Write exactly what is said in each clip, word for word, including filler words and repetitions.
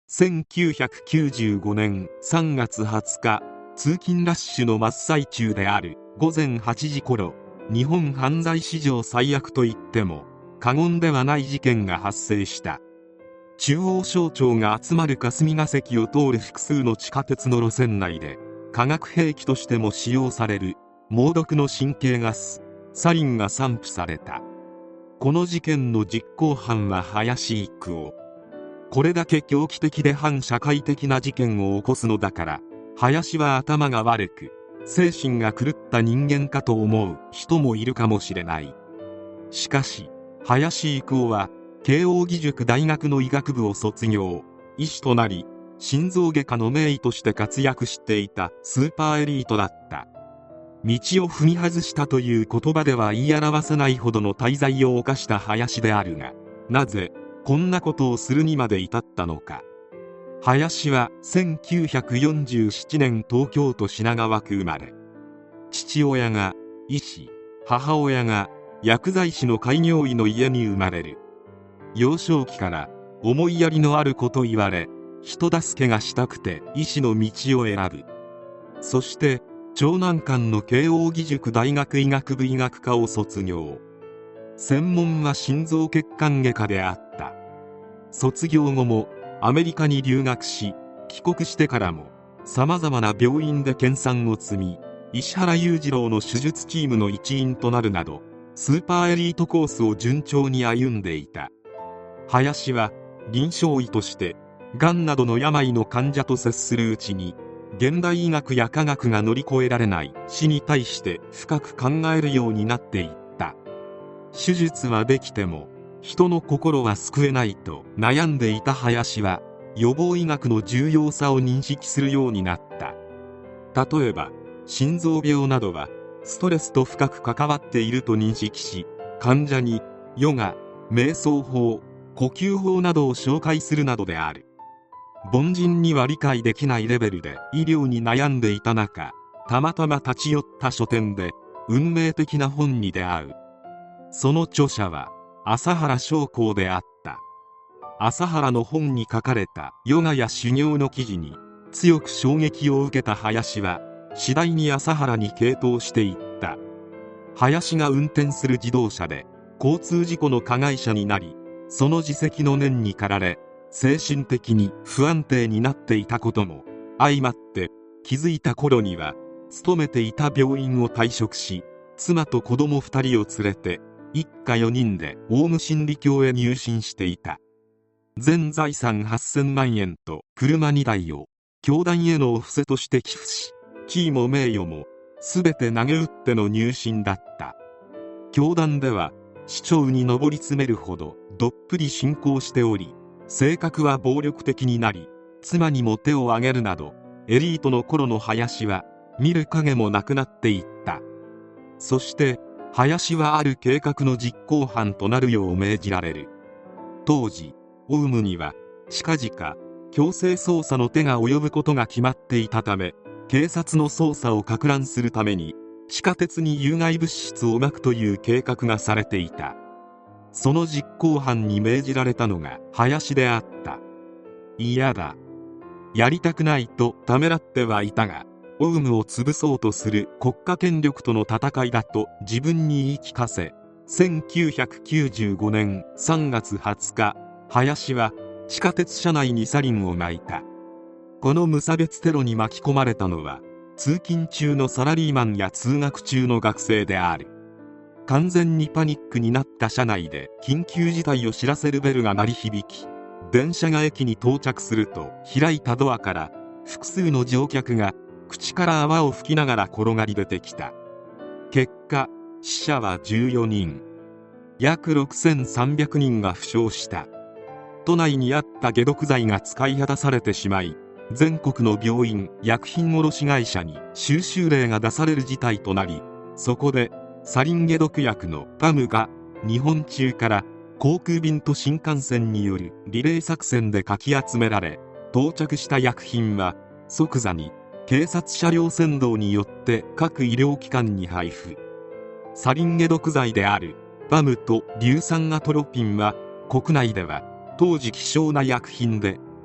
せんきゅうひゃくきゅうじゅうごねんさんがつはつか、通勤ラッシュの真っ最中であるごぜんはちじ頃、日本犯罪史上最悪と言っても過言ではない事件が発生した。中央省庁が集まる霞が関を通る複数の地下鉄の路線内で、化学兵器としても使用される猛毒の神経ガスサリンが散布された。この事件の実行犯は林郁夫。これだけ狂気的で反社会的な事件を起こすのだから、林は頭が悪く精神が狂った人間かと思う人もいるかもしれない。しかし林郁夫は慶應義塾大学の医学部を卒業、医師となり心臓外科の名医として活躍していたスーパーエリートだった。道を踏み外したという言葉では言い表せないほどの大罪を犯した林であるが、なぜこんなことをするにまで至ったのか。林はせんきゅうひゃくよんじゅうななねん東京都品川区生まれ。父親が医師、母親が薬剤師の開業医の家に生まれる。幼少期から思いやりのある子と言われ、人助けがしたくて医師の道を選ぶ。そして長男間の慶應義塾大学医学部医学科を卒業。専門は心臓血管外科であった。卒業後もアメリカに留学し、帰国してからもさまざまな病院で研鑽を積み、石原裕次郎の手術チームの一員となるなど、スーパーエリートコースを順調に歩んでいた。林は臨床医としてがんなどの病の患者と接するうちに、現代医学や科学が乗り越えられない死に対して深く考えるようになっていった。手術はできても人の心は救えないと悩んでいた林は、予防医学の重要さを認識するようになった。例えば心臓病などはストレスと深く関わっていると認識し、患者にヨガ、瞑想法、呼吸法などを紹介するなどである。凡人には理解できないレベルで医療に悩んでいた中、たまたま立ち寄った書店で運命的な本に出会う。その著者は朝原将校であった。朝原の本に書かれたヨガや修行の記事に強く衝撃を受けた林は、次第に朝原に傾倒していった。林が運転する自動車で交通事故の加害者になり、その自責の念に駆られ精神的に不安定になっていたことも相まって、気づいた頃には勤めていた病院を退職し、妻と子供ふたりを連れて一家よにんでオウム真理教へ入信していた。全財産はっせんまんえんと車にだいを教団へのお布施として寄付し、地位も名誉も全て投げ打っての入信だった。教団では市長に上り詰めるほどどっぷり信仰しており、性格は暴力的になり、妻にも手を挙げるなど、エリートの頃の林は見る影もなくなっていった。そして林はある計画の実行犯となるよう命じられる。当時オウムには近々強制捜査の手が及ぶことが決まっていたため、警察の捜査を撹乱するために地下鉄に有害物質をまくという計画がされていた。その実行犯に命じられたのが林であった。嫌だ、やりたくないとためらってはいたが、オウムを潰そうとする国家権力との戦いだと自分に言い聞かせ、せんきゅうひゃくきゅうじゅうごねんさんがつはつか、林は地下鉄車内にサリンを撒いた。この無差別テロに巻き込まれたのは、通勤中のサラリーマンや通学中の学生である。完全にパニックになった車内で緊急事態を知らせるベルが鳴り響き、電車が駅に到着すると開いたドアから複数の乗客が口から泡を吹きながら転がり出てきた。結果、死者はじゅうよにん、約ろくせんさんびゃくにんが負傷した。都内にあった解毒剤が使い果たされてしまい、全国の病院、薬品卸会社に収集令が出される事態となり、そこでサリン解毒薬のパムが日本中から航空便と新幹線によるリレー作戦でかき集められ、到着した薬品は即座に警察車両先導によって各医療機関に配布。サリン解毒剤であるパムと硫酸アトロピンは国内では当時希少な薬品で、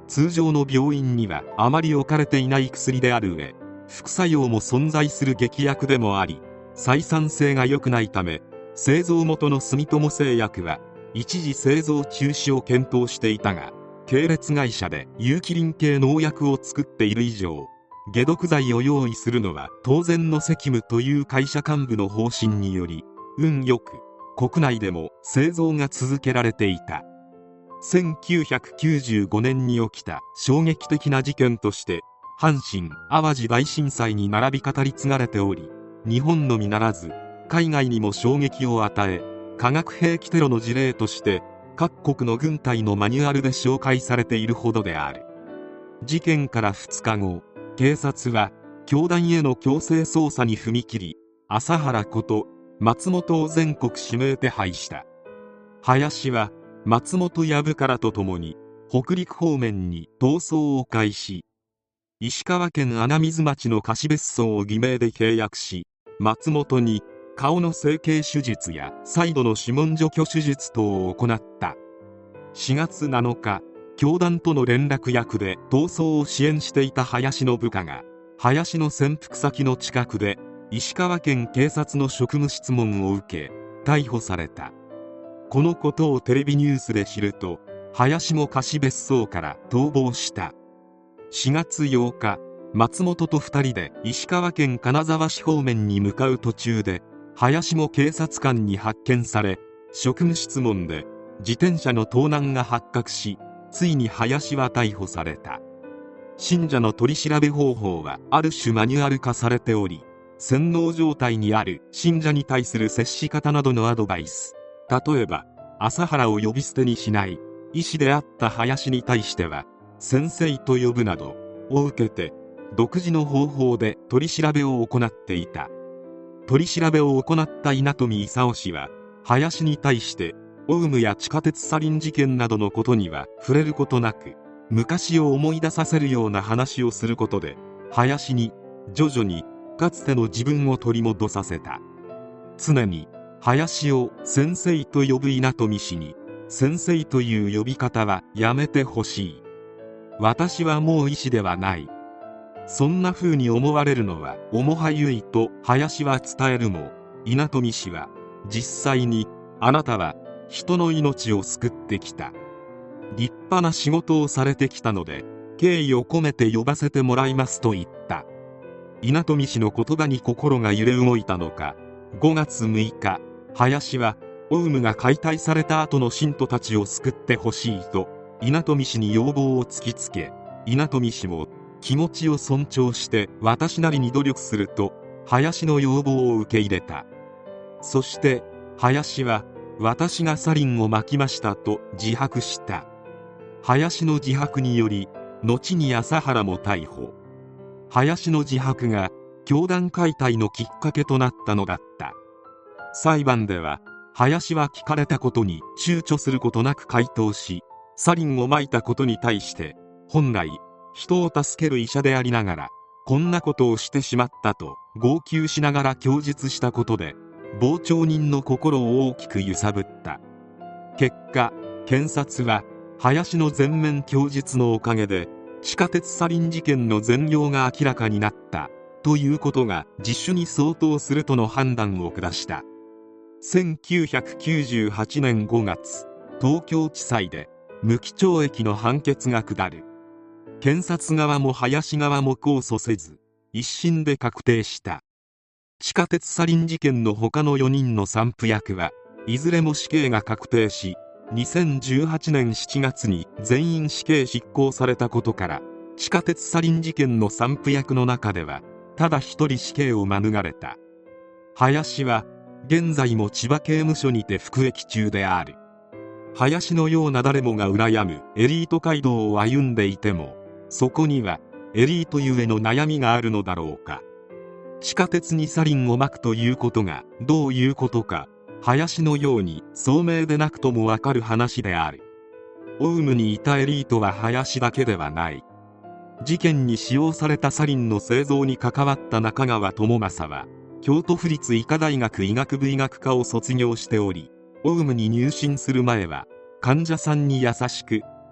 通常の病院にはあまり置かれていない薬である上、副作用も存在する劇薬でもあり、採算性が良くないため、製造元の住友製薬は一時製造中止を検討していたが、系列会社で有機リン系農薬を作っている以上、解毒剤を用意するのは当然の責務という会社幹部の方針により、運よく国内でも製造が続けられていた。せんきゅうひゃくきゅうじゅうごねんに起きた衝撃的な事件として阪神・淡路大震災に並び語り継がれており、日本のみならず海外にも衝撃を与え、化学兵器テロの事例として各国の軍隊のマニュアルで紹介されているほどである。事件からふつかご、警察は教団への強制捜査に踏み切り、麻原こと松本を全国指名手配した。林は松本やぶからとともに北陸方面に逃走を開始。石川県穴水町の貸別荘を偽名で契約し、松本に顔の整形手術や再度の指紋除去手術等を行った。しがつなのか、教団との連絡役で逃走を支援していた林の部下が林の潜伏先の近くで石川県警察の職務質問を受け逮捕された。このことをテレビニュースで知ると、林も貸別荘から逃亡した。しがつようか、松本とふたりで石川県金沢市方面に向かう途中で林も警察官に発見され、職務質問で自転車の盗難が発覚し、ついに林は逮捕された。信者の取り調べ方法はある種マニュアル化されており、洗脳状態にある信者に対する接し方などのアドバイス、例えば麻原を呼び捨てにしない医師であった林に対しては先生と呼ぶなどを受けて、独自の方法で取り調べを行っていた。取り調べを行った稲富勲氏は林に対して、オウムや地下鉄サリン事件などのことには触れることなく、昔を思い出させるような話をすることで林に徐々にかつての自分を取り戻させた。常に林を先生と呼ぶ稲富氏に、先生という呼び方はやめてほしい。私はもう医師ではない。そんな風に思われるのは面はゆいと林は伝えるも、稲富氏は実際に、あなたは人の命を救ってきた、立派な仕事をされてきたので敬意を込めて呼ばせてもらいますと言った。稲富氏の言葉に心が揺れ動いたのか、ごがつむいか、林はオウムが解体された後の信徒たちを救ってほしいと稲富氏に要望を突きつけ、稲富氏も気持ちを尊重して私なりに努力すると林の要望を受け入れた。そして林は私がサリンをまきましたと自白した。林の自白により後に麻原も逮捕。林の自白が教団解体のきっかけとなったのだった。裁判では林は聞かれたことに躊躇することなく回答し、サリンをまいたことに対して本来人を助ける医者でありながらこんなことをしてしまったと号泣しながら供述したことで傍聴人の心を大きく揺さぶった。結果、検察は林の全面供述のおかげで地下鉄サリン事件の全容が明らかになったということが自首に相当するとの判断を下した。せんきゅうひゃくきゅうじゅうはちねんごがつ、東京地裁で無期懲役の判決が下る。検察側も林側も控訴せず一審で確定した。地下鉄サリン事件の他のよにんの散布役はいずれも死刑が確定し、にせんじゅうはちねんしちがつに全員死刑執行されたことから、地下鉄サリン事件の散布役の中ではただ一人死刑を免れた。林は現在も千葉刑務所にて服役中である。林のような誰もが羨むエリート街道を歩んでいても、そこにはエリートゆえの悩みがあるのだろうか。地下鉄にサリンをまくということがどういうことか、林のように聡明でなくともわかる話である。オウムにいたエリートは林だけではない。事件に使用されたサリンの製造に関わった中川智正は京都府立医科大学医学部医学科を卒業しており、オウムに入信する前は患者さんに優しく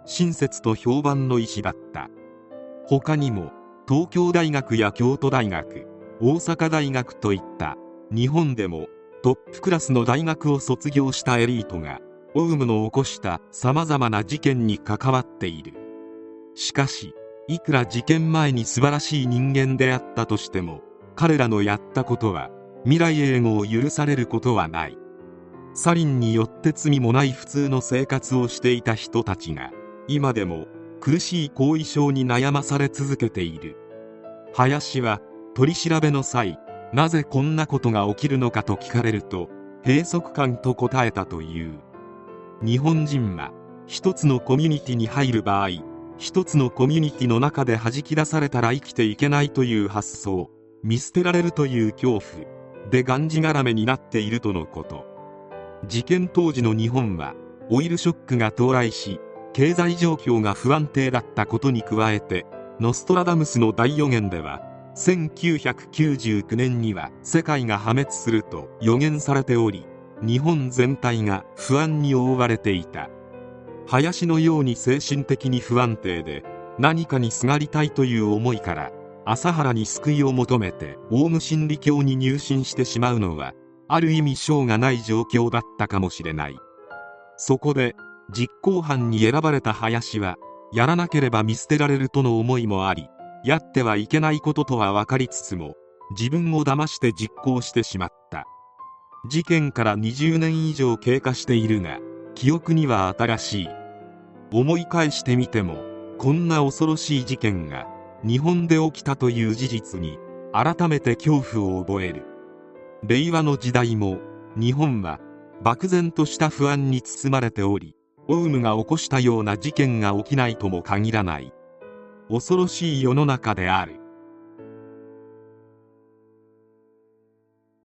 親切と評判の医師だった。他にも東京大学や京都大学、大阪大学といった日本でもトップクラスの大学を卒業したエリートがオウムの起こしたさまざまな事件に関わっている。しかしいくら事件前に素晴らしい人間であったとしても、彼らのやったことは未来永劫を許されることはない。サリンによって罪もない普通の生活をしていた人たちが今でも苦しい後遺症に悩まされ続けている。林は取り調べの際、なぜこんなことが起きるのかと聞かれると、閉塞感と答えたという。日本人は一つのコミュニティに入る場合、一つのコミュニティの中で弾き出されたら生きていけないという発想、見捨てられるという恐怖でがんじがらめになっているとのこと。事件当時の日本はオイルショックが到来し、経済状況が不安定だったことに加えて、ノストラダムスの大予言ではせんきゅうひゃくきゅうじゅうきゅうねんには世界が破滅すると予言されており、日本全体が不安に覆われていた。林のように精神的に不安定で何かにすがりたいという思いから麻原に救いを求めてオウム真理教に入信してしまうのはある意味しょうがない状況だったかもしれない。そこで実行犯に選ばれた林は、やらなければ見捨てられるとの思いもあり、やってはいけないこととは分かりつつも自分を騙して実行してしまった。事件からにじゅうねん以上経過しているが、記憶には新しい。思い返してみても、こんな恐ろしい事件が日本で起きたという事実に改めて恐怖を覚える。令和の時代も日本は漠然とした不安に包まれており、オウムが起こしたような事件が起きないとも限らない恐ろしい世の中である。